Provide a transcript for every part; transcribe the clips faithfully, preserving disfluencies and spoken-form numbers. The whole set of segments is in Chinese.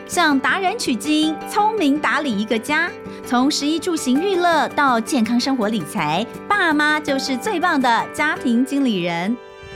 向达人取经，聪明打理一个家。从食衣住行娱乐到健康生活理财，爸妈就是最棒的家庭经理人。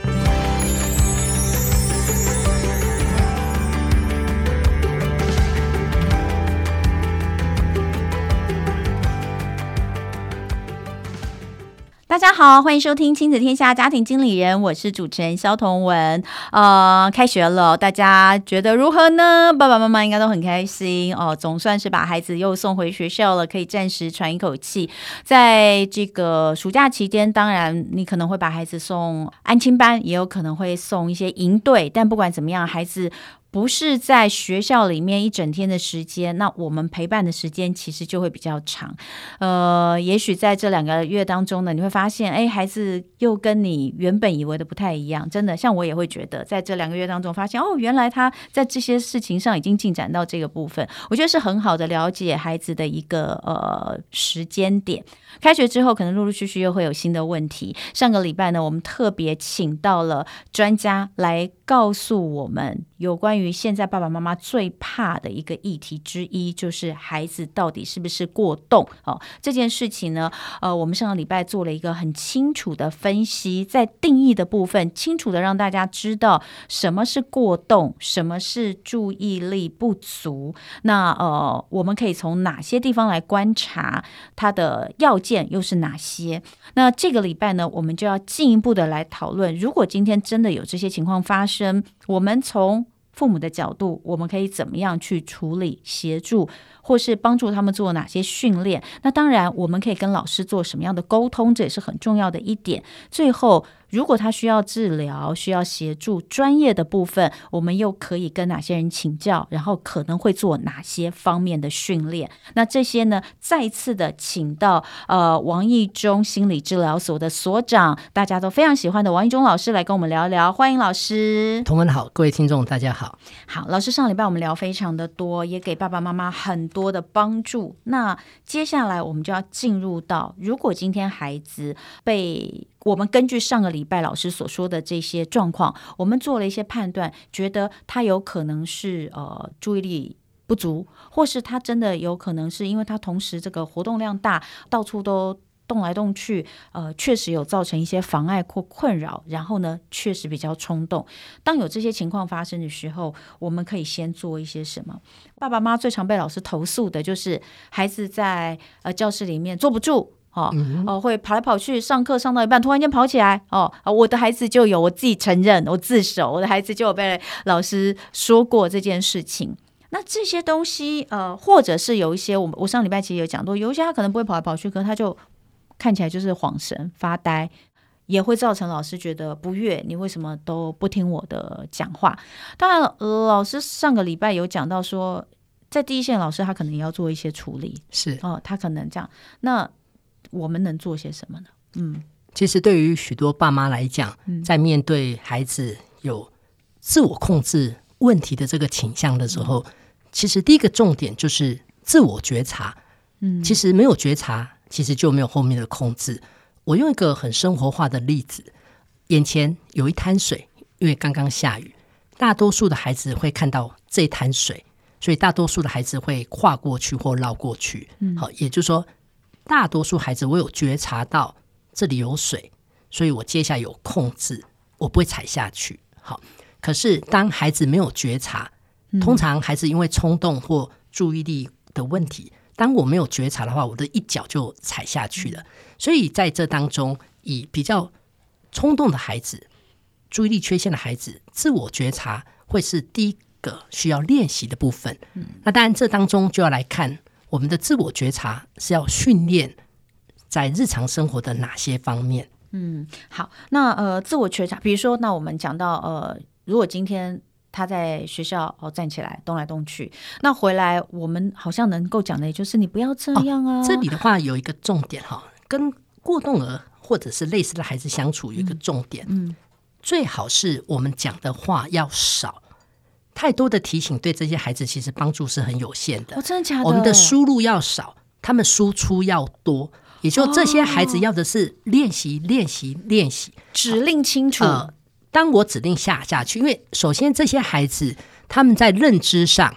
大家好，欢迎收听亲子天下家庭经理人，我是主持人萧彤雯。呃，开学了，大家觉得如何呢？爸爸妈妈应该都很开心哦，总算是把孩子又送回学校了，可以暂时喘一口气。在这个暑假期间，当然你可能会把孩子送安亲班，也有可能会送一些营队，但不管怎么样，孩子不是在学校里面一整天的时间，那我们陪伴的时间其实就会比较长。呃，也许在这两个月当中呢，你会发现，哎，孩子又跟你原本以为的不太一样。真的，像我也会觉得，在这两个月当中发现，哦，原来他在这些事情上已经进展到这个部分。我觉得是很好的了解孩子的一个呃时间点。开学之后，可能陆陆续续又会有新的问题。上个礼拜呢，我们特别请到了专家来告诉我们有关于现在爸爸妈妈最怕的一个议题之一，就是孩子到底是不是过动、哦、这件事情呢，呃，我们上个礼拜做了一个很清楚的分析，在定义的部分清楚的让大家知道什么是过动，什么是注意力不足。那呃，我们可以从哪些地方来观察它的要件又是哪些？那这个礼拜呢，我们就要进一步的来讨论，如果今天真的有这些情况发生，我们从父母的角度，我们可以怎么样去处理、协助，或是帮助他们做哪些训练？那当然，我们可以跟老师做什么样的沟通，这也是很重要的一点。最后，如果他需要治疗、需要协助专业的部分，我们又可以跟哪些人请教，然后可能会做哪些方面的训练？那这些呢，再一次的请到呃王义中心理治疗所的所长，大家都非常喜欢的王义中老师来跟我们聊聊。欢迎老师。 同文好，各位听众大家好。 好，老师上礼拜我们聊非常的多，也给爸爸妈妈很多的帮助。那接下来我们就要进入到，如果今天孩子被我们根据上个礼拜老师所说的这些状况，我们做了一些判断，觉得他有可能是呃注意力不足，或是他真的有可能是因为他同时这个活动量大，到处都动来动去，呃，确实有造成一些妨碍或困扰，然后呢，确实比较冲动。当有这些情况发生的时候，我们可以先做一些什么？爸爸妈妈最常被老师投诉的就是孩子在呃教室里面坐不住。哦哦，会跑来跑去，上课上到一半突然间跑起来哦。我的孩子就有，我自己承认，我自首，我的孩子就有被老师说过这件事情。那这些东西，呃，或者是有一些，我我上礼拜其实有讲过，有一些他可能不会跑来跑去，可是他就看起来就是恍神发呆，也会造成老师觉得不悦，你为什么都不听我的讲话？当然，呃、老师上个礼拜有讲到说，在第一线老师他可能也要做一些处理， 是哦，他可能这样。那我们能做些什么呢？嗯， 其实对于许多爸妈来讲，在面对孩子有自我控制问题的这个倾向的时候，嗯、其实第一个重点就是自我觉察。嗯，其实没有觉察，其实就没有后面的控制。我用一个很生活化的例子，眼前有一滩水，因为刚刚下雨，大多数的孩子会看到这一滩水，所以大多数的孩子会跨过去或绕过去。嗯，好，也就是说，大多数孩子我有觉察到这里有水，所以我接下来有控制，我不会踩下去。好，可是当孩子没有觉察，通常孩子因为冲动或注意力的问题，当我没有觉察的话，我的一脚就踩下去了。所以在这当中，以比较冲动的孩子、注意力缺陷的孩子，自我觉察会是第一个需要练习的部分。嗯，那当然这当中就要来看我们的自我觉察是要训练在日常生活的哪些方面。 嗯，好，那呃，自我觉察，比如说，那我们讲到呃，如果今天他在学校哦站起来动来动去，那回来我们好像能够讲的也就是你不要这样啊。 哦、这里的话有一个重点哈，跟过动儿或者是类似的孩子相处有一个重点，嗯，嗯最好是我们讲的话要少。太多的提醒对这些孩子其实帮助是很有限的。 哦，真的假的？ 我们的输入要少，他们输出要多。也就这些孩子要的是练习、练习、练习， 指令清楚。 呃，当我指令下下去，因为首先这些孩子他们在认知上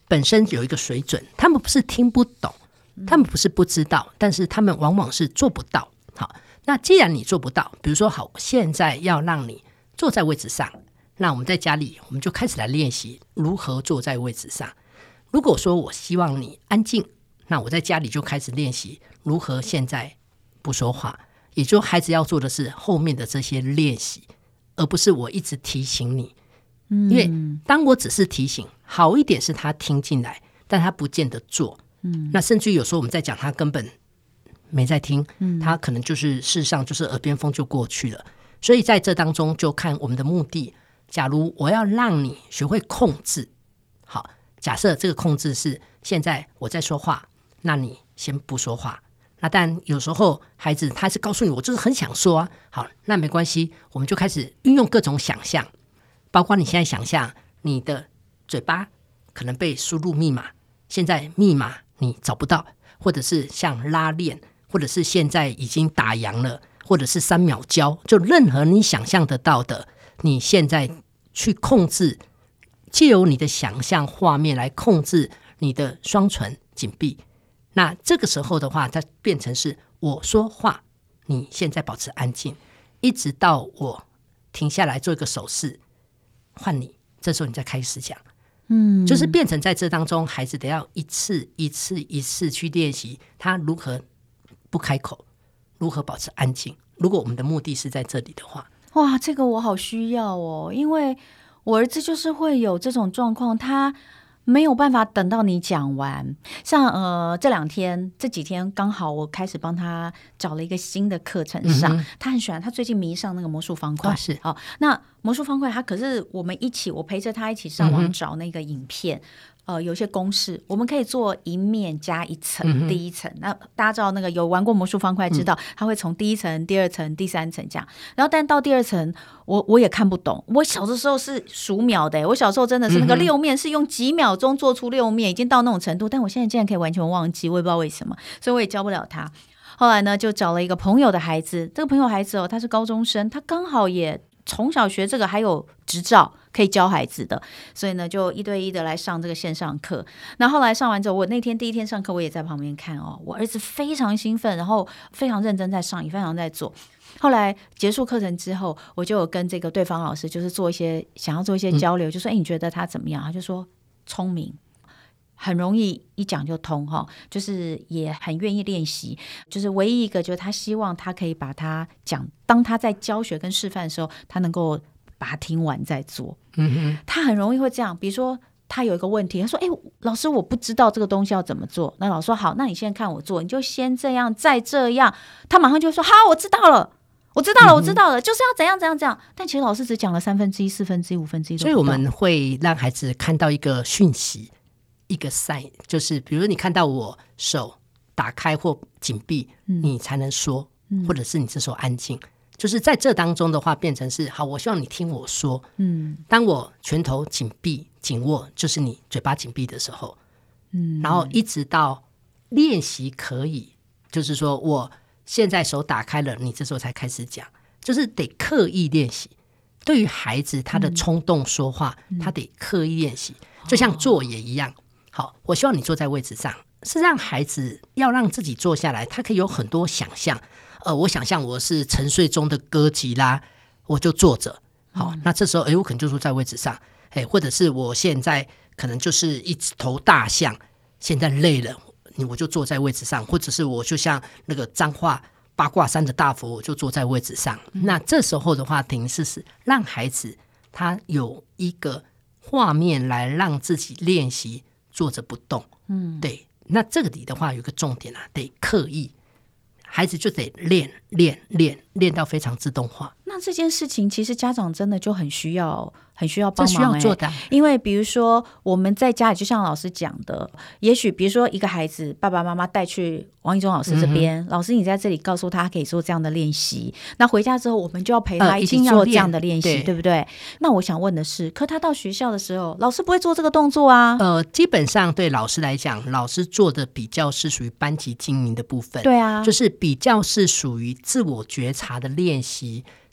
本身有一个水准，他们不是听不懂，他们不是不知道，但是他们往往是做不到。好，那既然你做不到，比如说好，现在要让你坐在位置上，那我们在家里我们就开始来练习如何坐在位置上。如果说我希望你安静，那我在家里就开始练习如何现在不说话，也就孩子要做的是后面的这些练习，而不是我一直提醒你。因为当我只是提醒，好一点是他听进来，但他不见得做。嗯，那甚至有时候我们在讲他根本没在听，他可能就是事实上就是耳边风就过去了。所以在这当中就看我们的目的。假如我要让你学会控制，好，假设这个控制是现在我在说话，那你先不说话。那但有时候孩子他是告诉你我就是很想说啊，好，那没关系，我们就开始运用各种想象，包括你现在想象你的嘴巴可能被输入密码，现在密码你找不到，或者是像拉链，或者是现在已经打烊了，或者是三秒胶，就任何你想象得到的，你现在去控制，藉由你的想象画面来控制你的双唇紧闭。那这个时候的话，它变成是我说话，你现在保持安静，一直到我停下来做一个手势，换你，这时候你再开始讲。嗯，就是变成在这当中，孩子得要一次一次一次去练习他如何不开口，如何保持安静。如果我们的目的是在这里的话， 哇，这个我好需要哦，因为我儿子就是会有这种状况，他没有办法等到你讲完。像呃这两天这几天刚好我开始帮他找了一个新的课程上、嗯、他很喜欢，他最近迷上那个魔术方块、哦、 是、 哦、那魔术方块他可是我们一起，我陪着他一起上网找那个影片、嗯、呃，有些公式我们可以做一面加一层、嗯、第一层，那大家知道那个有玩过魔术方块知道、嗯、它会从第一层第二层第三层这样，然后但到第二层我我也看不懂，我小的时候是数秒的，我小时候真的是那个六面是用几秒钟做出六面，已经到那种程度，但我现在竟然可以完全忘记，我也不知道为什么，所以我也教不了他。后来呢就找了一个朋友的孩子，这个朋友孩子哦，他是高中生，他刚好也从小学这个，还有执照可以教孩子的，所以呢就一对一的来上这个线上课。那后来上完之后，我那天第一天上课我也在旁边看哦，我儿子非常兴奋，然后非常认真在上，也非常在做。后来结束课程之后，我就有跟这个对方老师就是做一些想要做一些交流、嗯、就说哎，你觉得他怎么样？他就说聪明，很容易一讲就通哈，就是也很愿意练习，就是唯一一个就是他希望他可以把他讲，当他在教学跟示范的时候，他能够把它听完再做。嗯哼，他很容易会这样，比如说他有一个问题，他说哎，老师我不知道这个东西要怎么做，那老师说好，那你现在看我做，你就先这样再这样，他马上就说好，我知道了我知道了我知道了、嗯、就是要怎样怎样怎样，但其实老师只讲了三分之一四分之一五分之一， 所以我们会让孩子看到一个讯息，一个 sign， 就是比如你看到我手打开或紧闭、嗯、你才能说、嗯、或者是你这时候安静，就是在这当中的话变成是好，我希望你听我说、嗯、当我拳头紧闭紧握就是你嘴巴紧闭的时候、嗯、然后一直到练习可以就是说我现在手打开了，你这时候才开始讲，就是得刻意练习。对于孩子他的冲动说话、嗯、他得刻意练习、嗯、就像坐也一样。好，我希望你坐在位置上，是让孩子要让自己坐下来，他可以有很多想象。呃，我想象我是沉睡中的哥吉拉，我就坐着。好，嗯、那这时候哎，我可能就坐在位置上，哎，或者是我现在可能就是一头大象，现在累了，我就坐在位置上，或者是我就像那个彰化八卦山的大佛，我就坐在位置上、嗯、那这时候的话等于是是让孩子他有一个画面来让自己练习坐着不动。嗯，对，那这个里的话有一个重点啊，得刻意，孩子就得练练练练到非常自动化。 那这件事情其实家长真的就很需要很需要帮忙、欸、 这需要做的， 因为比如说我们在家里就像老师讲的，也许比如说一个孩子爸爸妈妈带去王一中老师这边、嗯、老师你在这里告诉他可以做这样的练习，那回家之后我们就要陪他一起做这样的练习、呃、对, 对不对？那我想问的是，可他到学校的时候老师不会做这个动作啊。 呃，基本上对老师来讲，老师做的比较是属于班级经营的部分。 对啊， 就是比较是属于自我觉察的练习，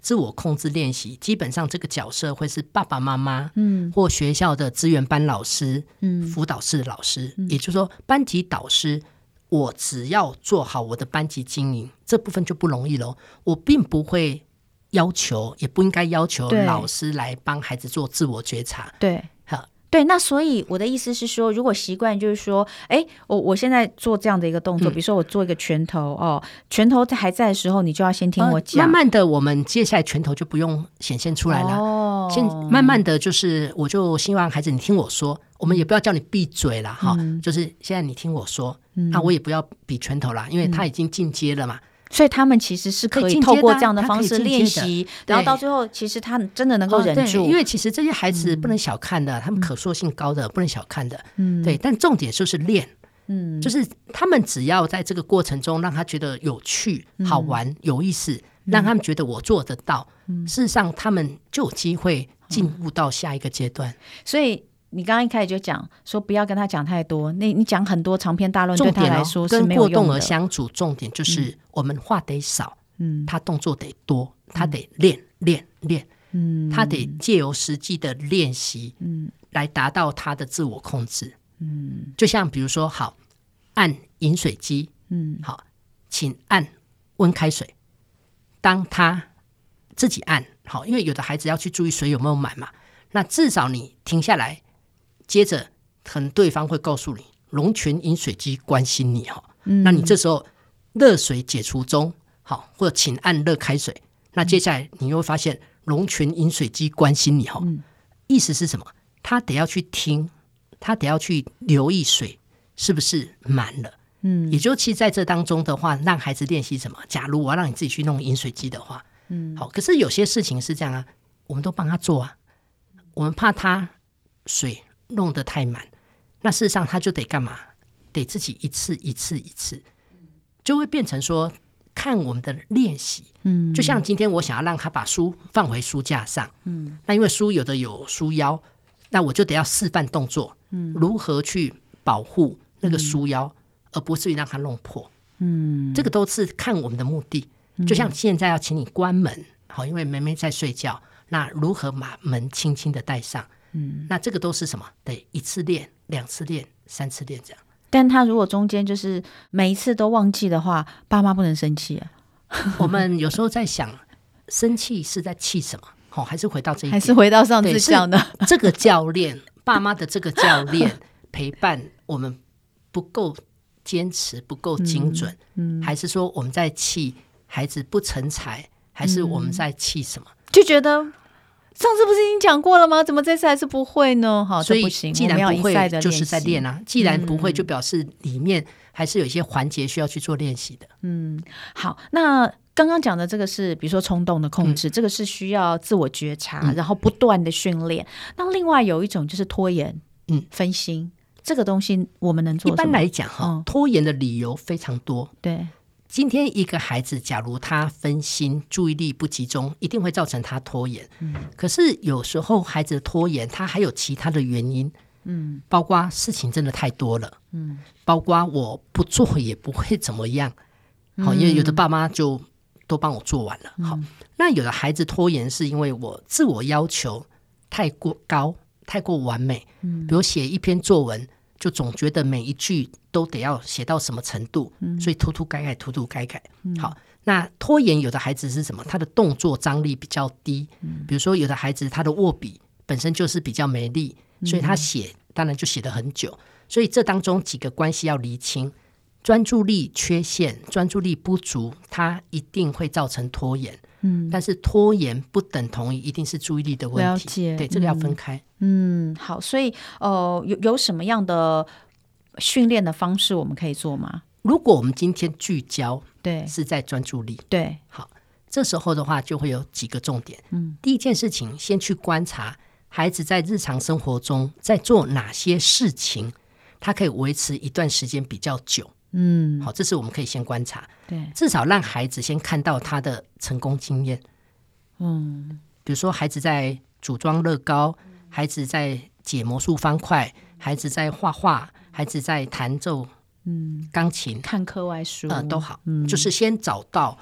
自我控制练习，基本上这个角色会是爸爸妈妈， 嗯， 或学校的资源班老师， 嗯， 辅导室的老师，嗯，也就是说班级导师，我只要做好我的班级经营，这部分就不容易了。我并不会要求，也不应该要求老师来帮孩子做自我觉察。 对，对，那所以我的意思是说，如果习惯就是说，哎，我我现在做这样的一个动作，嗯、比如说我做一个拳头哦，拳头还在的时候，你就要先听我讲、呃。 慢慢的，我们接下来拳头就不用显现出来了。哦，先慢慢的就是，我就希望孩子你听我说，我们也不要叫你闭嘴了哈、嗯，就是现在你听我说，那、嗯啊、我也不要比拳头啦，因为他已经进阶了嘛。嗯，所以他们其实是可以透过这样的方式练习，然后到最后其实他真的能够忍住、 哦、因为其实这些孩子不能小看的、嗯、他们可塑性高的、嗯、不能小看的、嗯、对，但重点就是练、嗯、就是他们只要在这个过程中让他觉得有趣、嗯、好玩、有意思、嗯、让他们觉得我做得到、嗯、事实上他们就有机会进步到下一个阶段、嗯、 所以你刚刚一开始就讲说不要跟他讲太多，你你讲很多长篇大论对他来说是没有用的。跟过动儿相处，重点就是我们话得少，嗯，他动作得多，他得练练练，嗯，他得借由实际的练习，嗯，来达到他的自我控制，嗯，就像比如说，好，按饮水机，嗯，好，请按温开水，当他自己按，好，因为有的孩子要去注意水有没有满嘛，那至少你停下来。接着可能对方会告诉你龙泉饮水机关心你、嗯、那你这时候热水解除中好，或者请按热开水，那接下来你会发现龙泉饮水机关心你、嗯、意思是什么？他得要去听，他得要去留意水是不是满了、嗯、也就其实在这当中的话让孩子练习什么？假如我要让你自己去弄饮水机的话、嗯、好，可是有些事情是这样啊，我们都帮他做啊，我们怕他水弄得太满，那事实上他就得干嘛？得自己一次一次一次，就会变成说看我们的练习。嗯，就像今天我想要让他把书放回书架上，嗯，那因为书有的有书腰，那我就得要示范动作，嗯，如何去保护那个书腰、嗯、而不至于让它弄破。嗯，这个都是看我们的目的。就像现在要请你关门，好，因为妹妹在睡觉，那如何把门轻轻的带上？嗯，那这个都是什么？对，一次练、两次练、三次练这样。 但他如果中间就是每一次都忘记的话，爸妈不能生气啊。 我们有时候在想，生气是在气什么？哦，还是回到这一点， 还是回到上次讲的这个教练，爸妈的这个教练陪伴我们不够坚持，不够精准，嗯嗯、还是说我们在气孩子不成才，还是我们在气什么？ 嗯、就觉得。上次不是已经讲过了吗？怎么这次还是不会呢？好， 所以这不行， 既然不会就是在练啊，既然不会就表示里面还是有一些环节需要去做练习的。嗯， 好，那刚刚讲的这个是比如说冲动的控制、嗯、这个是需要自我觉察、嗯、然后不断的训练。那另外有一种就是拖延、嗯，分心，这个东西我们能做什么？ 一般来讲、嗯、拖延的理由非常多。 对， 今天一个孩子假如他分心注意力不集中，一定会造成他拖延、嗯、可是有时候孩子的拖延他还有其他的原因、嗯、包括事情真的太多了、嗯、包括我不做也不会怎么样、嗯、好，因为有的爸妈就都帮我做完了、嗯、好，那有的孩子拖延是因为我自我要求太过高太过完美、嗯、比如写一篇作文就总觉得每一句都得要写到什么程度、嗯、所以涂涂改改涂涂改改、嗯、好，那拖延有的孩子是什么？他的动作张力比较低、嗯、比如说有的孩子他的握笔本身就是比较没力，所以他写当然就写得很久，所以这当中几个关系要厘清，专注力缺陷专注力不足它一定会造成拖延、嗯、但是拖延不等同于一定是注意力的问题，对，这个要分开。 嗯，好，所以呃，有有什么样的训练的方式我们可以做吗？ 如果我们今天聚焦对是在专注力， 对， 好，这时候的话就会有几个重点、嗯、第一件事情先去观察孩子在日常生活中在做哪些事情他可以维持一段时间比较久，嗯，好，这是我们可以先观察，对，至少让孩子先看到他的成功经验，嗯，比如说孩子在组装乐高，孩子在解魔术方块，孩子在画画，孩子在弹奏嗯钢琴， 看课外书、 呃、都好、嗯、就是先找到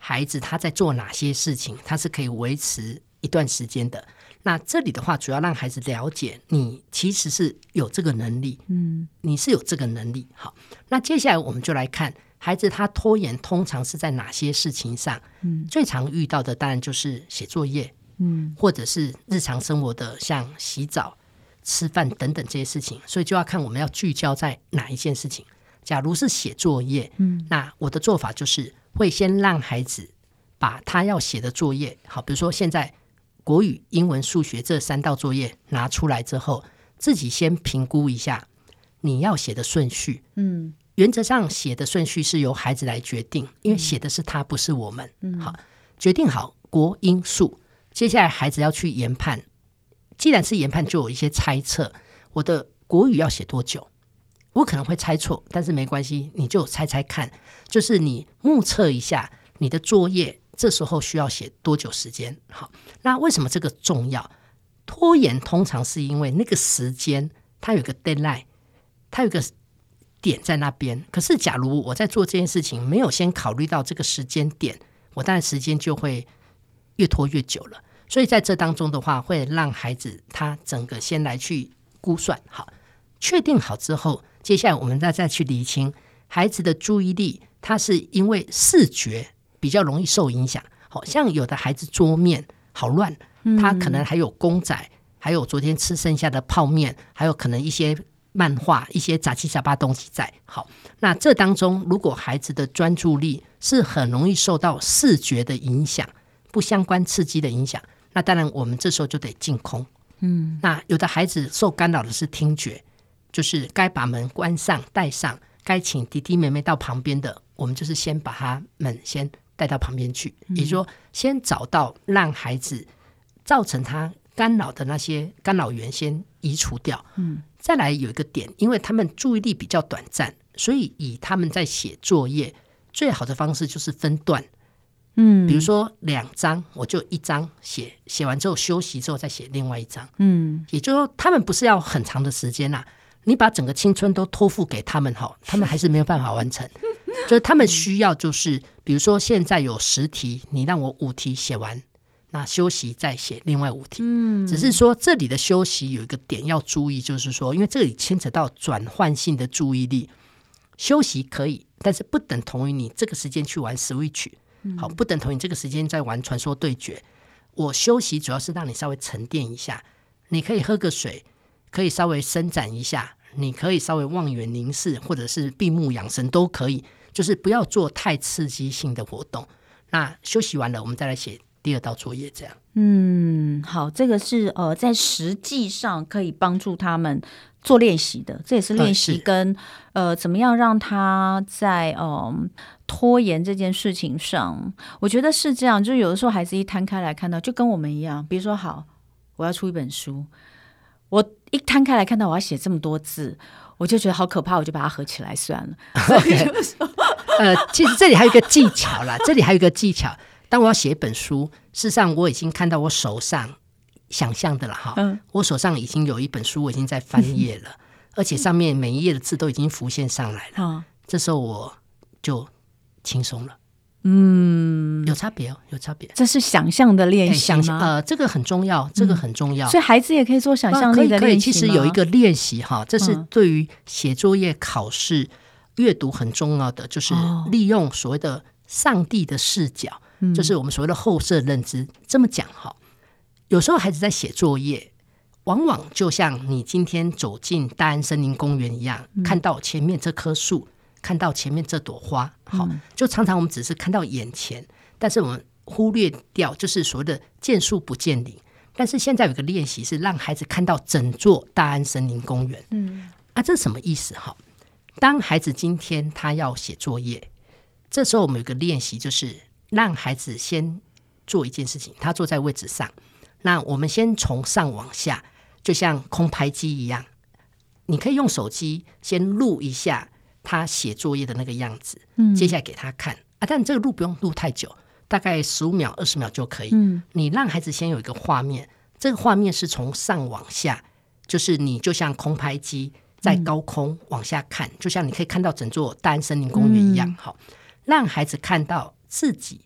孩子他在做哪些事情，他是可以维持一段时间的。那这里的话，主要让孩子了解你其实是有这个能力，嗯，你是有这个能力。好，那接下来我们就来看孩子他拖延通常是在哪些事情上。嗯，最常遇到的当然就是写作业，嗯，或者是日常生活的像洗澡、吃饭等等这些事情，所以就要看我们要聚焦在哪一件事情。假如是写作业，嗯，那我的做法就是会先让孩子把他要写的作业，好，比如说现在国语、英文、数学这三道作业拿出来之后，自己先评估一下你要写的顺序。嗯，原则上写的顺序是由孩子来决定，因为写的是他，不是我们。嗯，好，决定好国英数，接下来孩子要去研判。既然是研判，就有一些猜测。我的国语要写多久？我可能会猜错，但是没关系，你就猜猜看，就是你目测一下你的作业这时候需要写多久时间。好，那为什么这个重要？拖延通常是因为那个时间它有个 deadline， 它有个点在那边。可是假如我在做这件事情没有先考虑到这个时间点，我当然时间就会越拖越久了。所以在这当中的话，会让孩子他整个先来去估算好，确定好之后，接下来我们再再去厘清孩子的注意力，他是因为视觉比较容易受影响。好像有的孩子桌面好乱，他可能还有公仔，还有昨天吃剩下的泡面，还有可能一些漫画，一些杂七杂八东西在。好，那这当中如果孩子的专注力是很容易受到视觉的影响，不相关刺激的影响，那当然我们这时候就得净空。嗯，那有的孩子受干扰的是听觉，就是该把门关上带上，该请弟弟妹妹到旁边的，我们就是先把他们先带到旁边去。嗯，也就是说先找到让孩子造成他干扰的那些干扰源先移除掉。嗯，再来有一个点，因为他们注意力比较短暂，所以以他们在写作业最好的方式就是分段。嗯，比如说两张，我就一张写，写完之后休息之后再写另外一张。嗯，也就是说他们不是要很长的时间啦，你把整个青春都托付给他们，他们还是没有办法完成。就是他们需要就是比如说现在有十题，你让我五题写完，那休息再写另外五题。嗯，只是说这里的休息有一个点要注意，就是说因为这里牵扯到转换性的注意力，休息可以，但是不等同于你这个时间去玩 Switch。好，不等同你这个时间在玩传说对决。我休息主要是让你稍微沉淀一下，你可以喝个水，可以稍微伸展一下，你可以稍微望远凝视，或者是闭目养神都可以，就是不要做太刺激性的活动。那休息完了，我们再来写第二道作业，这样。 嗯，好，这个是呃，在实际上可以帮助他们做练习的，这也是练习跟、呃, 呃怎么样让他在呃拖延这件事情上，我觉得是这样。就是有的时候孩子一摊开来看到，就跟我们一样，比如说好，我要出一本书，我一摊开来看到我要写这么多字，我就觉得好可怕，我就把它合起来算了。 Okay. 呃，其实这里还有一个技巧啦，这里还有一个技巧。当我要写一本书，事实上我已经看到我手上想象的了哈、嗯，我手上已经有一本书，我已经在翻页了，而且上面每一页的字都已经浮现上来了。嗯、这时候我就轻松了。嗯，有差别哦，有差别。 这是想象的练习吗？ 呃，这个很重要，这个很重要。嗯、 所以孩子也可以做想象力的练习吗？可以，可以。 其实有一个练习哈，这是对于写作业、考试、阅读很重要的，就是利用所谓的上帝的视角。就是我们所谓的后设认知。这么讲哈，有时候孩子在写作业，往往就像你今天走进大安森林公园一样、嗯、看到前面这棵树，看到前面这朵花，好、嗯，就常常我们只是看到眼前，但是我们忽略掉就是所谓的见树不见林。但是现在有个练习是让孩子看到整座大安森林公园。嗯，啊，这是什么意思哈？当孩子今天他要写作业，这时候我们有个练习，就是让孩子先做一件事情，他坐在位置上，那我们先从上往下，就像空拍机一样，你可以用手机先录一下他写作业的那个样子、嗯、接下来给他看啊，但这个录不用录太久，大概十五秒二十秒就可以、嗯、你让孩子先有一个画面，这个画面是从上往下，就是你就像空拍机在高空往下看、嗯、就像你可以看到整座大安森林公园一样、嗯、好，让孩子看到自己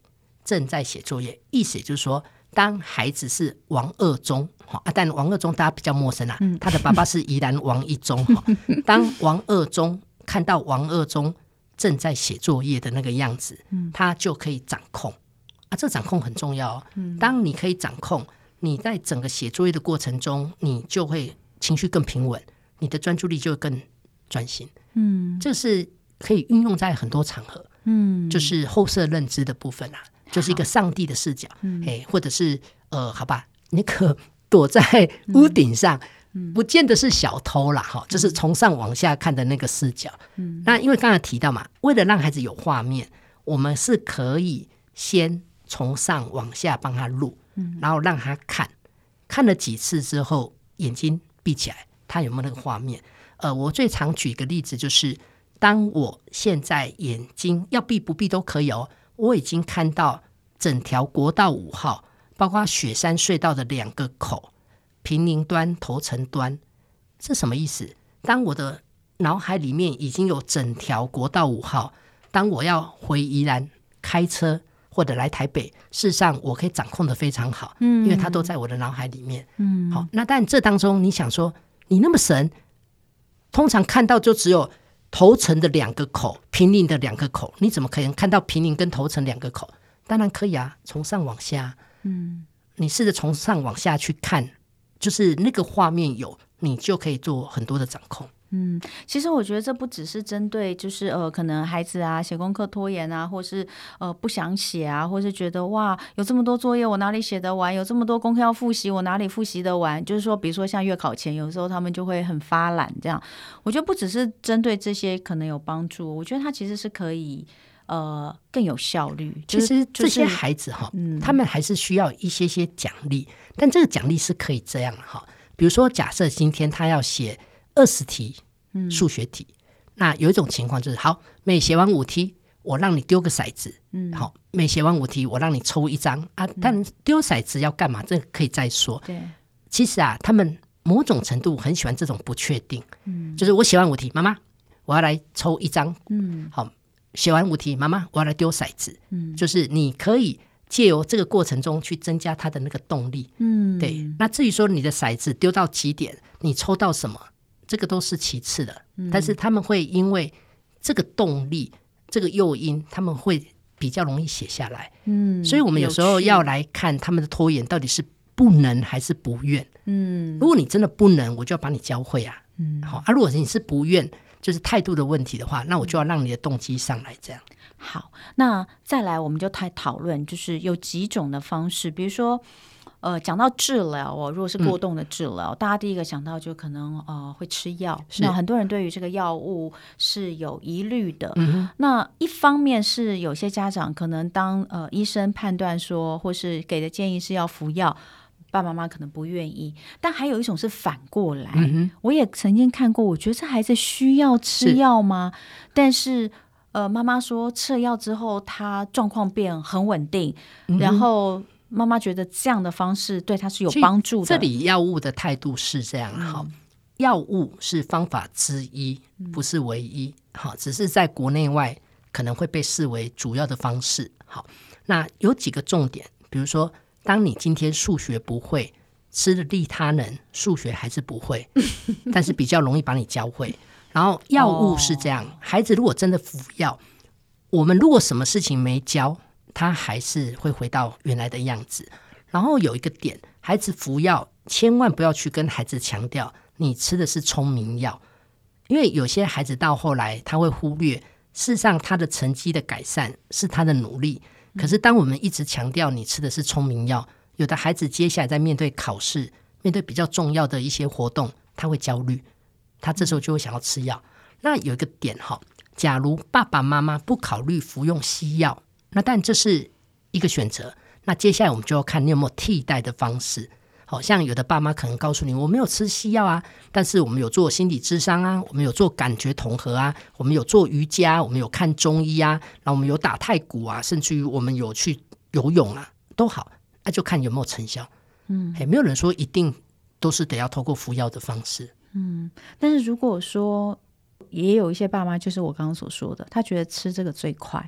正在写作业，意思也就是说当孩子是王二中、啊、但王二中大家比较陌生、啊嗯、他的爸爸是宜兰王一中、啊、当王二中看到王二中正在写作业的那个样子、嗯、他就可以掌控啊，这掌控很重要、哦嗯、当你可以掌控，你在整个写作业的过程中你就会情绪更平稳，你的专注力就会更专心。嗯，这是可以运用在很多场合。嗯，就是后设认知的部分啊，就是一个上帝的视角。嗯，或者是呃，好吧，那个躲在屋顶上、嗯、不见得是小偷啦、嗯、就是从上往下看的那个视角。嗯，那因为刚才提到嘛，为了让孩子有画面，我们是可以先从上往下帮他录、嗯、然后让他看看了几次之后眼睛闭起来，他有没有那个画面。呃，我最常举一个例子，就是当我现在眼睛要闭不闭都可以哦，我已经看到整条国道五号包括雪山隧道的两个口，平宁端头城端，这什么意思？当我的脑海里面已经有整条国道五号，当我要回宜兰开车或者来台北，事实上我可以掌控得非常好、嗯、因为它都在我的脑海里面、嗯、好，那但这当中你想说你那么神，通常看到就只有头城的两个口，平宁的两个口，你怎么可能看到平宁跟头城两个口？当然可以啊，从上往下、嗯、你试着从上往下去看，就是那个画面有，你就可以做很多的掌控。 嗯，其实我觉得这不只是针对就是呃，可能孩子啊写功课拖延啊，或是呃不想写啊，或是觉得哇有这么多作业我哪里写得完，有这么多功课要复习我哪里复习得完，就是说比如说像月考前有时候他们就会很发懒这样，我觉得不只是针对这些可能有帮助，我觉得它其实是可以呃更有效率。 其实这些孩子哈、嗯，他们还是需要一些些奖励，但这个奖励是可以这样哈，比如说假设今天他要写二十题数学题、嗯、那有一种情况就是好，每写完五题我让你丢个骰子、嗯、好，每写完五题我让你抽一张啊，但丢骰子要干嘛，这个可以再说。对，其实啊他们某种程度很喜欢这种不确定、嗯、就是我写完五题妈妈我要来抽一张、嗯、好，写完五题妈妈我要来丢骰子、嗯、就是你可以借由这个过程中去增加他的那个动力。嗯，对。那至于说你的骰子丢到几点，你抽到什么，这个都是其次的、嗯、但是他们会因为这个动力这个诱因，他们会比较容易写下来。嗯，所以我们有时候要来看他们的拖延到底是不能还是不愿。嗯，如果你真的不能，我就要把你教会啊。嗯，好啊，如果你是不愿，就是态度的问题的话，那我就要让你的动机上来这样。 好，那再来我们就来讨论，就是有几种的方式，比如说呃，讲到治疗哦，如果是过动的治疗、嗯、大家第一个想到就可能呃会吃药，那很多人对于这个药物是有疑虑的、嗯、那一方面是有些家长可能当呃医生判断说或是给的建议是要服药，爸爸妈妈可能不愿意，但还有一种是反过来、嗯、我也曾经看过，我觉得这孩子需要吃药吗？但是呃，妈妈说吃了药之后他状况变很稳定、嗯、然后妈妈觉得这样的方式对他是有帮助的。 这里药物的态度是这样、嗯、好，药物是方法之一，不是唯一、嗯、好，只是在国内外可能会被视为主要的方式。好，那有几个重点，比如说当你今天数学不会，吃了利他能数学还是不会但是比较容易把你教会。然后药物是这样、哦、孩子如果真的服药，我们如果什么事情没教，他还是会回到原来的样子。然后有一个点，孩子服药千万不要去跟孩子强调你吃的是聪明药，因为有些孩子到后来他会忽略，事实上他的成绩的改善是他的努力，可是当我们一直强调你吃的是聪明药，有的孩子接下来在面对考试，面对比较重要的一些活动，他会焦虑，他这时候就会想要吃药。那有一个点，假如爸爸妈妈不考虑服用西药，那但这是一个选择，那接下来我们就要看你有没有替代的方式。好像有的爸妈可能告诉你我没有吃西药啊，但是我们有做心理咨商啊，我们有做感觉统合啊，我们有做瑜伽，我们有看中医啊，然后我们有打太鼓啊，甚至于我们有去游泳啊，都好，那就看有没有成效。嗯，没有人说一定都是得要透过服药的方式。 嗯，但是如果说也有一些爸妈就是我刚刚所说的，他觉得吃这个最快，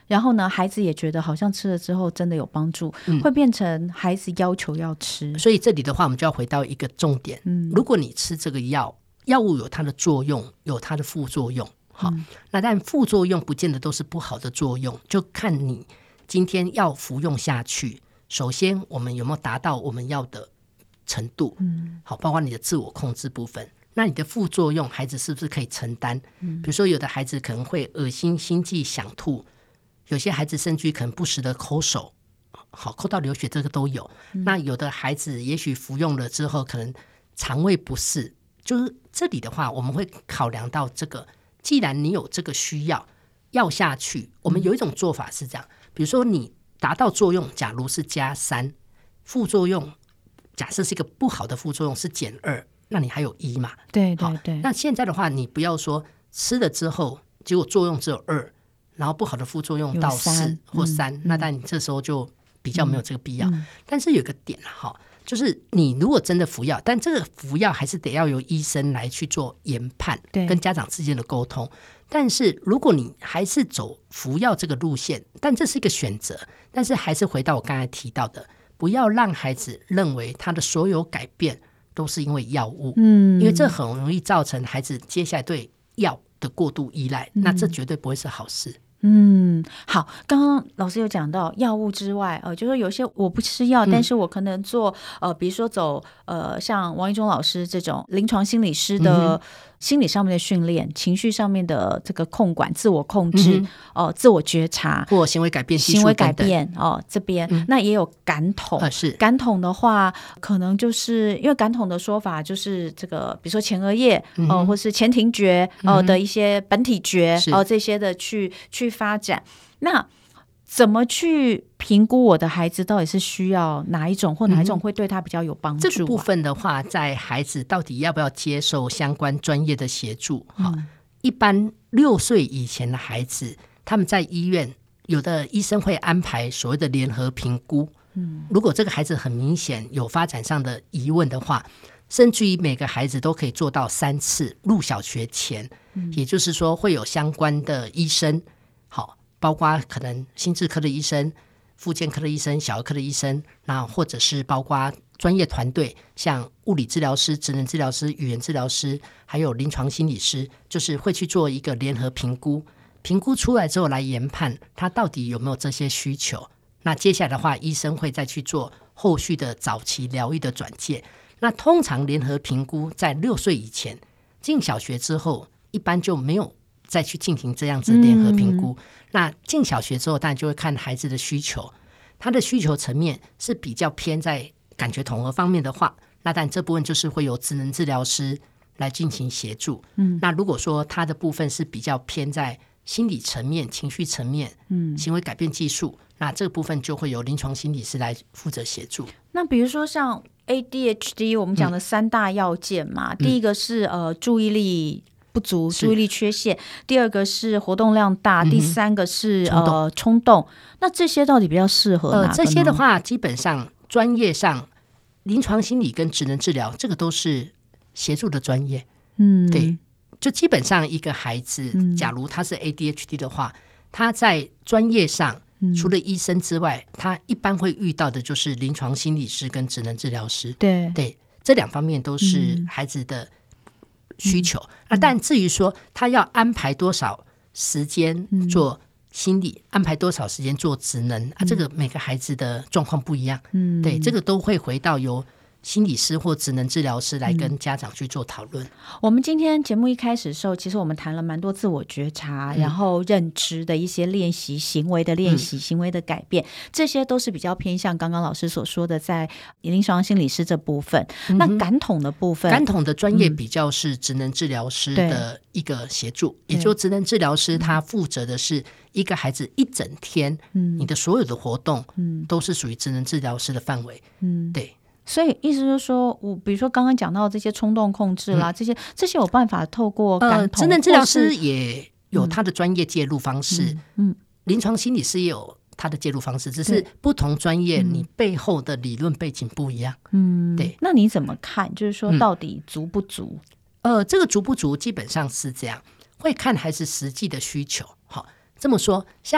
然后呢孩子也觉得好像吃了之后真的有帮助、嗯、会变成孩子要求要吃。 所以这里的话我们就要回到一个重点、嗯、如果你吃这个药，药物有它的作用，有它的副作用，好、嗯，那但副作用不见得都是不好的作用，就看你今天要服用下去，首先我们有没有达到我们要的程度，嗯，好，包括你的自我控制部分。那你的副作用孩子是不是可以承担、嗯、比如说有的孩子可能会恶心、心悸、想吐，有些孩子甚至可能不时的抠手，好，抠到流血，这个都有、嗯、那有的孩子也许服用了之后可能肠胃不适，就是这里的话我们会考量到这个，既然你有这个需要药下去，我们有一种做法是这样，比如说你达到作用假如是加三，副作用假设是一个不好的副作用是减二，那你还有一嘛？ 对对对。 那现在的话你不要说吃了之后结果作用只有二，然后不好的副作用到四或三、嗯、那但你这时候就比较没有这个必要、嗯、但是有个点哈，就是你如果真的服药，但这个服药还是得要由医生来去做研判，跟家长之间的沟通。但是如果你还是走服药这个路线，但这是一个选择，但是还是回到我刚才提到的，不要让孩子认为他的所有改变都是因为药物，嗯，因为这很容易造成孩子接下来对药的过度依赖、嗯、那这绝对不会是好事。 嗯，好，刚刚老师有讲到药物之外，呃，就是说有些我不吃药、嗯，但是我可能做呃，比如说走呃，像王一中老师这种临床心理师的心理上面的训练、嗯、情绪上面的这个控管、自我控制，哦、嗯呃，自我觉察或行为改变技术行为改变哦，这边、嗯、那也有感统、 呃、是感统的话，可能就是因为感统的说法就是这个，比如说前额叶哦、嗯呃，或是前庭觉哦、呃、的一些本体觉哦、呃、这些的去去发展。那怎么去评估我的孩子到底是需要哪一种，或哪一种会对他比较有帮助、啊嗯、这个部分的话，在孩子到底要不要接受相关专业的协助、嗯、一般六岁以前的孩子，他们在医院有的医生会安排所谓的联合评估、嗯、如果这个孩子很明显有发展上的疑问的话，甚至于每个孩子都可以做到三次入小学前、嗯、也就是说会有相关的医生，好，包括可能心智科的医生、复健科的医生、小儿科的医生，那或者是包括专业团队，像物理治疗师、职能治疗师、语言治疗师，还有临床心理师，就是会去做一个联合评估，评估出来之后来研判他到底有没有这些需求。那接下来的话，医生会再去做后续的早期疗愈的转介。那通常联合评估在六岁以前，进小学之后一般就没有再去进行这样子联合评估、嗯、那进小学之后当然就会看孩子的需求，他的需求层面是比较偏在感觉统合方面的话，那当然这部分就是会由职能治疗师来进行协助、嗯、那如果说他的部分是比较偏在心理层面、情绪层面、嗯、行为改变技术，那这个部分就会由临床心理师来负责协助。 那比如说像 A D H D 我们讲的三大要件嘛、嗯、第一个是呃注意力不足、注意力缺陷，第二个是活动量大、嗯、第三个是冲动、呃、冲动。那这些到底比较适合哪个呢？ 呃、这些的话基本上专业上临床心理跟职能治疗这个都是协助的专业，嗯，对，就基本上一个孩子、嗯、假如他是 A D H D 的话，他在专业上除了医生之外、嗯、他一般会遇到的就是临床心理师跟职能治疗师，对对，这两方面都是孩子的需求、嗯、那但至于说他要安排多少时间做心理、嗯、安排多少时间做职能、嗯、啊，这个每个孩子的状况不一样、嗯、对，这个都会回到由心理师或职能治疗师来跟家长去做讨论、嗯、 我们今天节目一开始的时候，其实我们谈了蛮多自我觉察、嗯、然后认知的一些练习，行为的练习、嗯、行为的改变，这些都是比较偏向刚刚老师所说的在临床心理师这部分、嗯、那感统的部分， 感统的专业比较是职能治疗师的一个协助、嗯、也就职能治疗师他负责的是一个孩子一整天、嗯、你的所有的活动、嗯、都是属于职能治疗师的范围、嗯、对， 所以意思就是说，我比如说刚刚讲到这些冲动控制啦、嗯、这些这些有办法透过感统、呃、 职能治疗师也有他的专业介入方式，嗯，嗯临床心理师也有他的介入方式，只是不同专业你背后的理论背景不一样，嗯，对。 那你怎么看？就是说到底足不足？ 嗯、呃，这个足不足基本上是这样，会看孩子实际的需求。好，这么说，像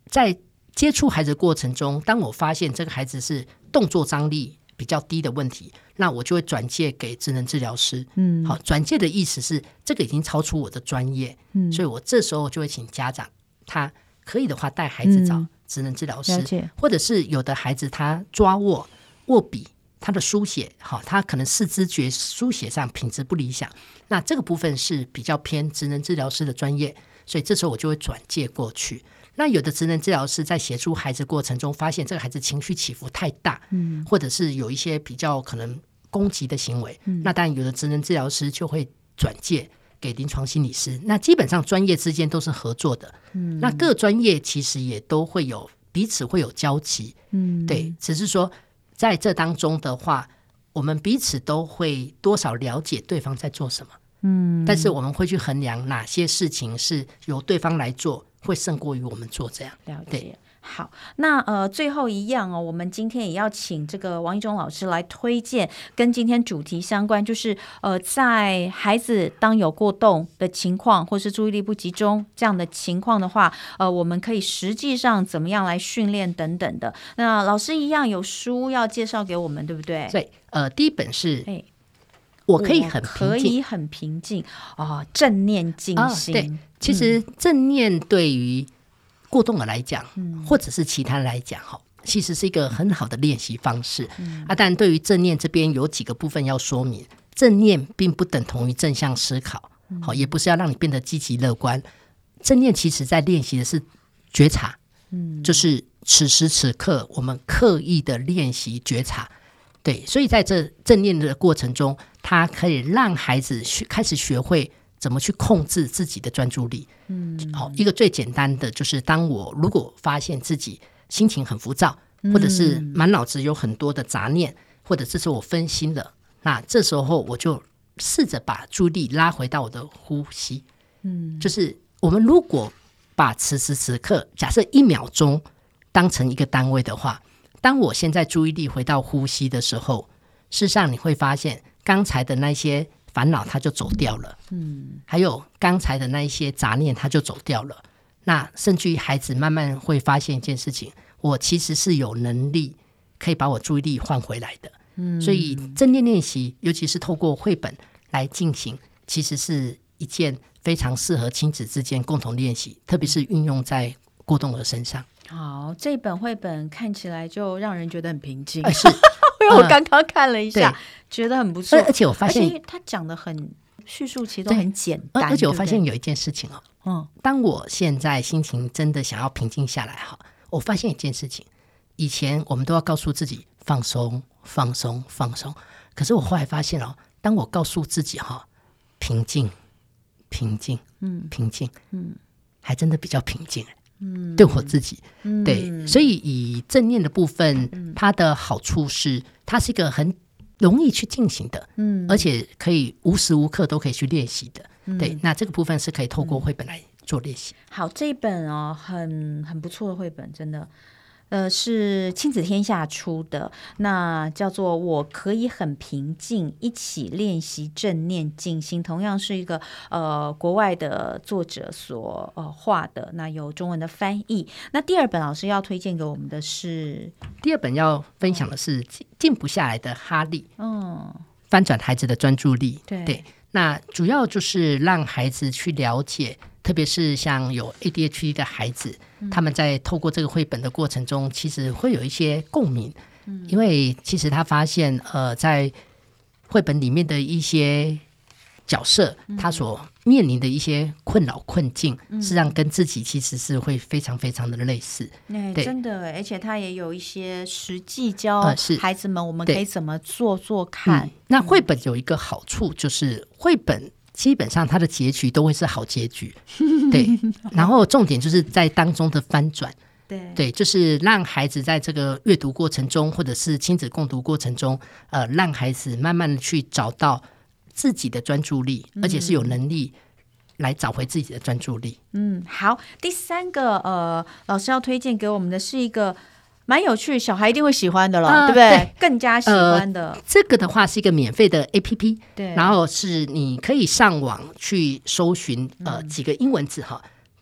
在接触孩子的过程中，当我发现这个孩子是动作张力比较低的问题，那我就会转介给职能治疗师。嗯，好，转介的意思是这个已经超出我的专业，嗯，所以我这时候就会请家长，他可以的话带孩子找职能治疗师，嗯、或者是有的孩子他抓握握笔，他的书写，好，他可能四肢觉书写上品质不理想，那这个部分是比较偏职能治疗师的专业，所以这时候我就会转介过去。那有的职能治疗师在协助孩子过程中发现这个孩子情绪起伏太大，嗯，或者是有一些比较可能攻击的行为，嗯，那当然有的职能治疗师就会转介给临床心理师。那基本上专业之间都是合作的，嗯，那各专业其实也都会有彼此会有交集，嗯，对，只是说在这当中的话，我们彼此都会多少了解对方在做什么，嗯，但是我们会去衡量哪些事情是由对方来做会胜过于我们做，这样了解。好，那呃最后一样哦，我们今天也要请这个王一中老师来推荐跟今天主题相关，就是呃在孩子当有过动的情况或是注意力不集中这样的情况的话，呃我们可以实际上怎么样来训练等等的。那老师一样有书要介绍给我们，对不对？ 对，呃第一本是我可以很平静， 可以很平静哦，正念静心、哦、 对，其实正念对于过动儿来讲、嗯、或者是其他人来讲其实是一个很好的练习方式、嗯啊、但对于正念这边有几个部分要说明。正念并不等同于正向思考、嗯、也不是要让你变得积极乐观。正念其实在练习的是觉察、嗯、就是此时此刻我们刻意的练习觉察。对，所以在这正念的过程中，他可以让孩子开始学会怎么去控制自己的专注力。嗯，好，一个最简单的就是当我如果发现自己心情很浮躁，或者是满脑子有很多的杂念，或者这时候我分心了，那这时候我就试着把注意力拉回到我的呼吸。嗯，就是我们如果把此时此刻假设一秒钟当成一个单位的话，当我现在注意力回到呼吸的时候，事实上你会发现刚才的那些烦恼它就走掉了，嗯，还有刚才的那一些杂念它就走掉了。那甚至于孩子慢慢会发现一件事情，我其实是有能力可以把我注意力换回来的。嗯，所以正念练习尤其是透过绘本来进行，其实是一件非常适合亲子之间共同练习，特别是运用在过动儿身上。 好，这本绘本看起来就让人觉得很平静、 呃、是因为我刚刚看了一下、呃、觉得很不错， 而且我发现他讲的很叙述其实都很简单， 而且我发现有一件事情哦，嗯，当我现在心情真的想要平静下来哈，我发现一件事情，以前我们都要告诉自己放松放松放松，可是我后来发现哦，当我告诉自己哈平静平静嗯平静嗯，还真的比较平静，嗯，对我自己、嗯、对，所以以正念的部分、嗯、它的好处是它是一个很容易去进行的，嗯，而且可以无时无刻都可以去练习的、嗯、对，那这个部分是可以透过绘本来做练习、嗯、 好，这一本哦很很不错的绘本，真的呃，是亲子天下出的，那叫做我可以很平静一起练习正念静心，同样是一个呃国外的作者所呃画的，那有中文的翻译。那第二本老师要推荐给我们的是， 第二本要分享的是静不下来的哈利，嗯，翻转孩子的专注力。 对, 对，那主要就是让孩子去了解，特别是像有 A D H D 的孩子、嗯、他们在透过这个绘本的过程中其实会有一些共鸣、嗯、因为其实他发现呃，在绘本里面的一些角色、嗯、他所面临的一些困扰困境、嗯、实际上跟自己其实是会非常非常的类似、 欸、对，真的，而且他也有一些实际教孩子们我们可以怎么做做看、嗯、 那绘本有一个好处就是绘本基本上它的结局都会是好结局对，然后重点就是在当中的翻转， 对, 对，就是让孩子在这个阅读过程中或者是亲子共读过程中呃，让孩子慢慢的去找到自己的专注力、嗯、而且是有能力来找回自己的专注力。 嗯，好，第三个呃，老师要推荐给我们的是一个蛮有趣，小孩一定会喜欢的了、呃、对不对？对，更加喜欢的、呃、 这个的话是一个免费的 A P P， 对，然后是你可以上网去搜寻呃几个英文字哈，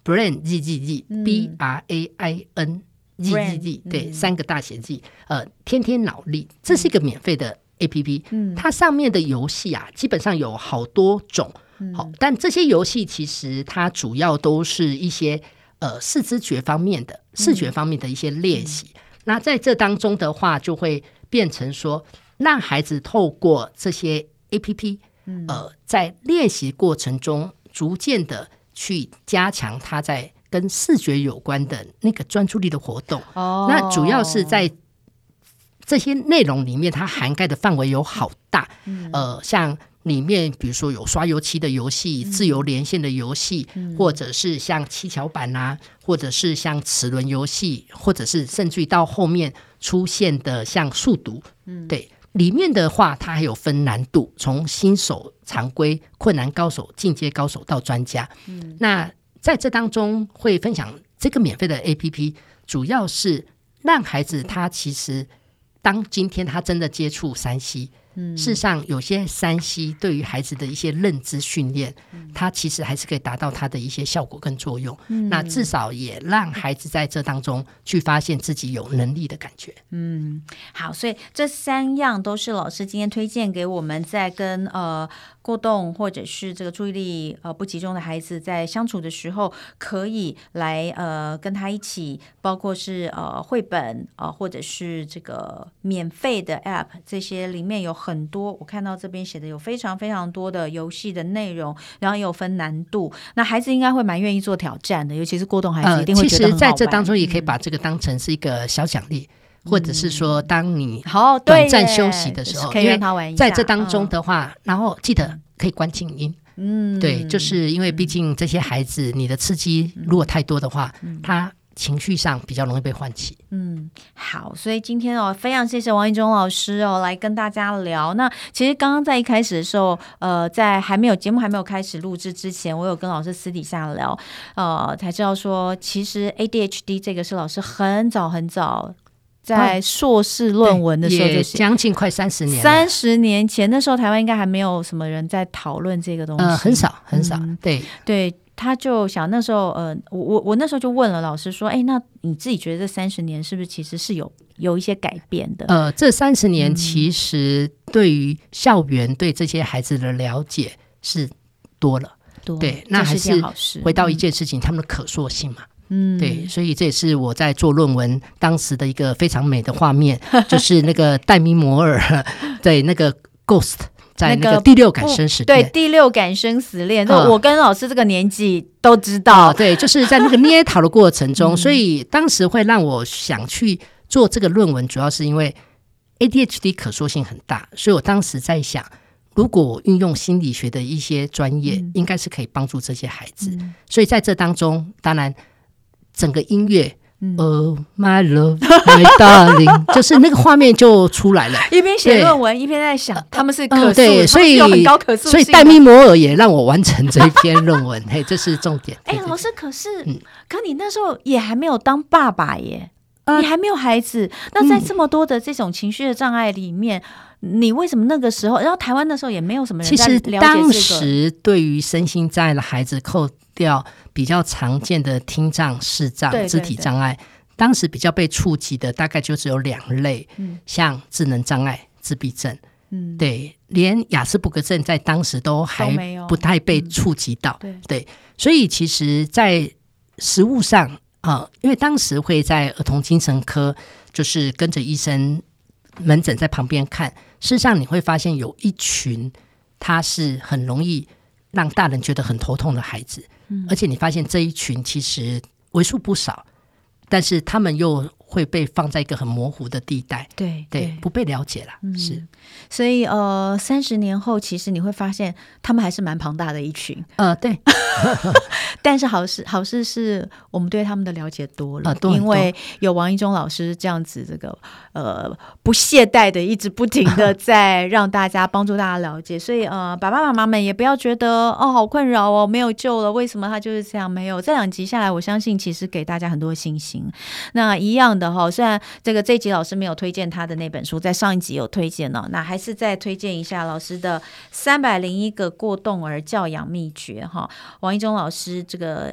Brain Z Z Z、嗯、B R A I N Z Z Z， 对、嗯，三个大写字，呃，天天脑力，这是一个免费的 A P P，、嗯、它上面的游戏啊，基本上有好多种，好、嗯，但这些游戏其实它主要都是一些呃视知觉方面的、视觉方面的一些练习、嗯。那在这当中的话，就会变成说，让孩子透过这些 A P P，、嗯、呃，在练习过程中，逐渐的去加强他在跟视觉有关的那个专注力的活动、哦、那主要是在这些内容里面，它涵盖的范围有好大、嗯、呃，像里面比如说有刷油漆的游戏、嗯、自由连线的游戏、嗯、或者是像七巧板啊，或者是像齿轮游戏，或者是甚至于到后面出现的像数独、嗯、对，里面的话它还有分难度，从新手、常规、困难高手、进阶高手到专家、嗯、那在这当中会分享这个免费的 A P P， 主要是让孩子他其实当今天他真的接触三 C，嗯、事实上有些三 C 对于孩子的一些认知训练、嗯、它其实还是可以达到它的一些效果跟作用、嗯、那至少也让孩子在这当中去发现自己有能力的感觉。 嗯，好，所以这三样都是老师今天推荐给我们在跟呃过动或者是这个注意力呃不集中的孩子在相处的时候可以来呃跟他一起，包括是呃绘本呃或者是这个免费的 App， 这些里面有很多，我看到这边写的有非常非常多的游戏的内容，然后也有分难度，那孩子应该会蛮愿意做挑战的，尤其是过动孩子一定会觉得很好玩、呃、其实在这当中也可以把这个当成是一个小奖励、嗯、或者是说当你短暂休息的时候、 嗯、可以让他玩一下， 在这当中的话、嗯、然后记得可以关静音，嗯，对，就是因为毕竟这些孩子你的刺激如果太多的话、嗯、他情绪上比较容易被唤起。 嗯，好，所以今天哦，非常谢谢王一中老师哦，来跟大家聊。那其实刚刚在一开始的时候，呃，在还没有节目还没有开始录制之前，我有跟老师私底下聊，呃，才知道说，其实 A D H D 这个是老师很早很早在硕士论文的时候就写， 也将近快三十年了， 三十年前，那时候台湾应该还没有什么人在讨论这个东西， 呃，很少很少，嗯、对对。他就想那时候呃，我我我那时候就问了老师说，哎，那你自己觉得这三十年是不是其实是有有一些改变的？ 呃，这三十年其实对于校园对这些孩子的了解是多了，多对，那还是回到一件事情，嗯、他们的可塑性嘛。嗯，对，所以这也是我在做论文当时的一个非常美的画面，就是那个戴米摩尔对那个 Ghost。在那个第六感生死恋、 那个、对第六感生死恋、嗯、我跟老师这个年纪都知道、 嗯、对，就是在那个捏陶的过程中、嗯、所以当时会让我想去做这个论文，主要是因为 A D H D 可塑性很大，所以我当时在想，如果我运用心理学的一些专业、嗯、应该是可以帮助这些孩子、嗯、所以在这当中当然整个音乐Oh my love, my darling 就是那个画面就出来了， 一边写论文一边在想他们是可塑、呃、 对，所以有很高可塑性， 所以戴米摩尔也让我完成这一篇论文嘿，这是重点。 哎，老师可是、嗯、可你那时候也还没有当爸爸耶、呃、你还没有孩子，那在这么多的这种情绪的障碍里面、嗯、你为什么那个时候，然后台湾那时候也没有什么人在了解这个，其实当时对于身心障碍的孩子扣掉比较常见的听障、视障、肢体障碍，当时比较被触及的大概就只有两类、嗯、像智能障碍、自闭症、嗯、对，连亚斯伯格症在当时都还不太被触及到、嗯、对, 对，所以其实在实务上、呃、因为当时会在儿童精神科就是跟着医生门诊在旁边看，事实上你会发现有一群他是很容易让大人觉得很头痛的孩子、嗯、而且你发现这一群其实为数不少，但是他们又会被放在一个很模糊的地带，对 对, 对，不被了解了、嗯、是， 所以呃，三十年后其实你会发现他们还是蛮庞大的一群， 呃，对但是好事好事是我们对他们的了解多了、呃、因为有王一中老师这样子这个呃不懈怠的一直不停的在让大家帮助大家了解，所以呃，爸爸妈妈们也不要觉得哦好困扰哦没有救了，为什么他就是这样，没有，这两集下来我相信其实给大家很多信心。那一样的哈，虽然这个这一集老师没有推荐他的那本书，在上一集有推荐了，那还是再推荐一下老师的三百零一个过动儿教养秘诀哈。王一中老师这个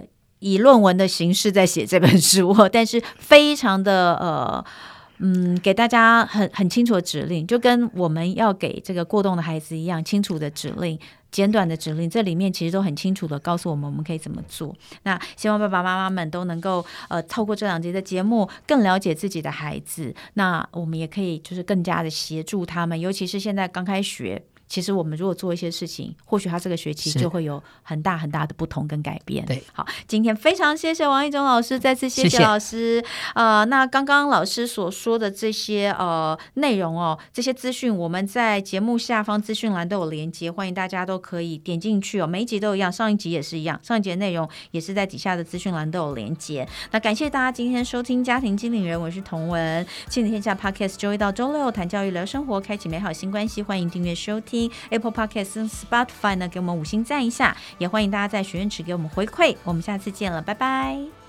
以论文的形式在写这本书，但是非常的呃。嗯，给大家很很清楚的指令，就跟我们要给这个过动的孩子一样，清楚的指令，简短的指令，这里面其实都很清楚的告诉我们我们可以怎么做。那希望爸爸妈妈们都能够呃透过这两集的节目更了解自己的孩子，那我们也可以就是更加的协助他们，尤其是现在刚开学。其实我们如果做一些事情，或许他这个学期就会有很大很大的不同跟改变。 对， 好，今天非常谢谢王一中老师，再次谢谢老师。谢谢呃，那刚刚老师所说的这些呃内容哦，这些资讯我们在节目下方资讯栏都有连接，欢迎大家都可以点进去哦。每一集都一样，上一集也是一样，上一集的内容也是在底下的资讯栏都有连接。那感谢大家今天收听家庭经理人，我是童文，亲子天下 Podcast 周一到周六谈教育聊生活，开启美好新关系，欢迎订阅收听。Apple Podcast 跟 Spotify 呢，给我们五星赞一下，也欢迎大家在许愿池给我们回馈。我们下次见了，拜拜。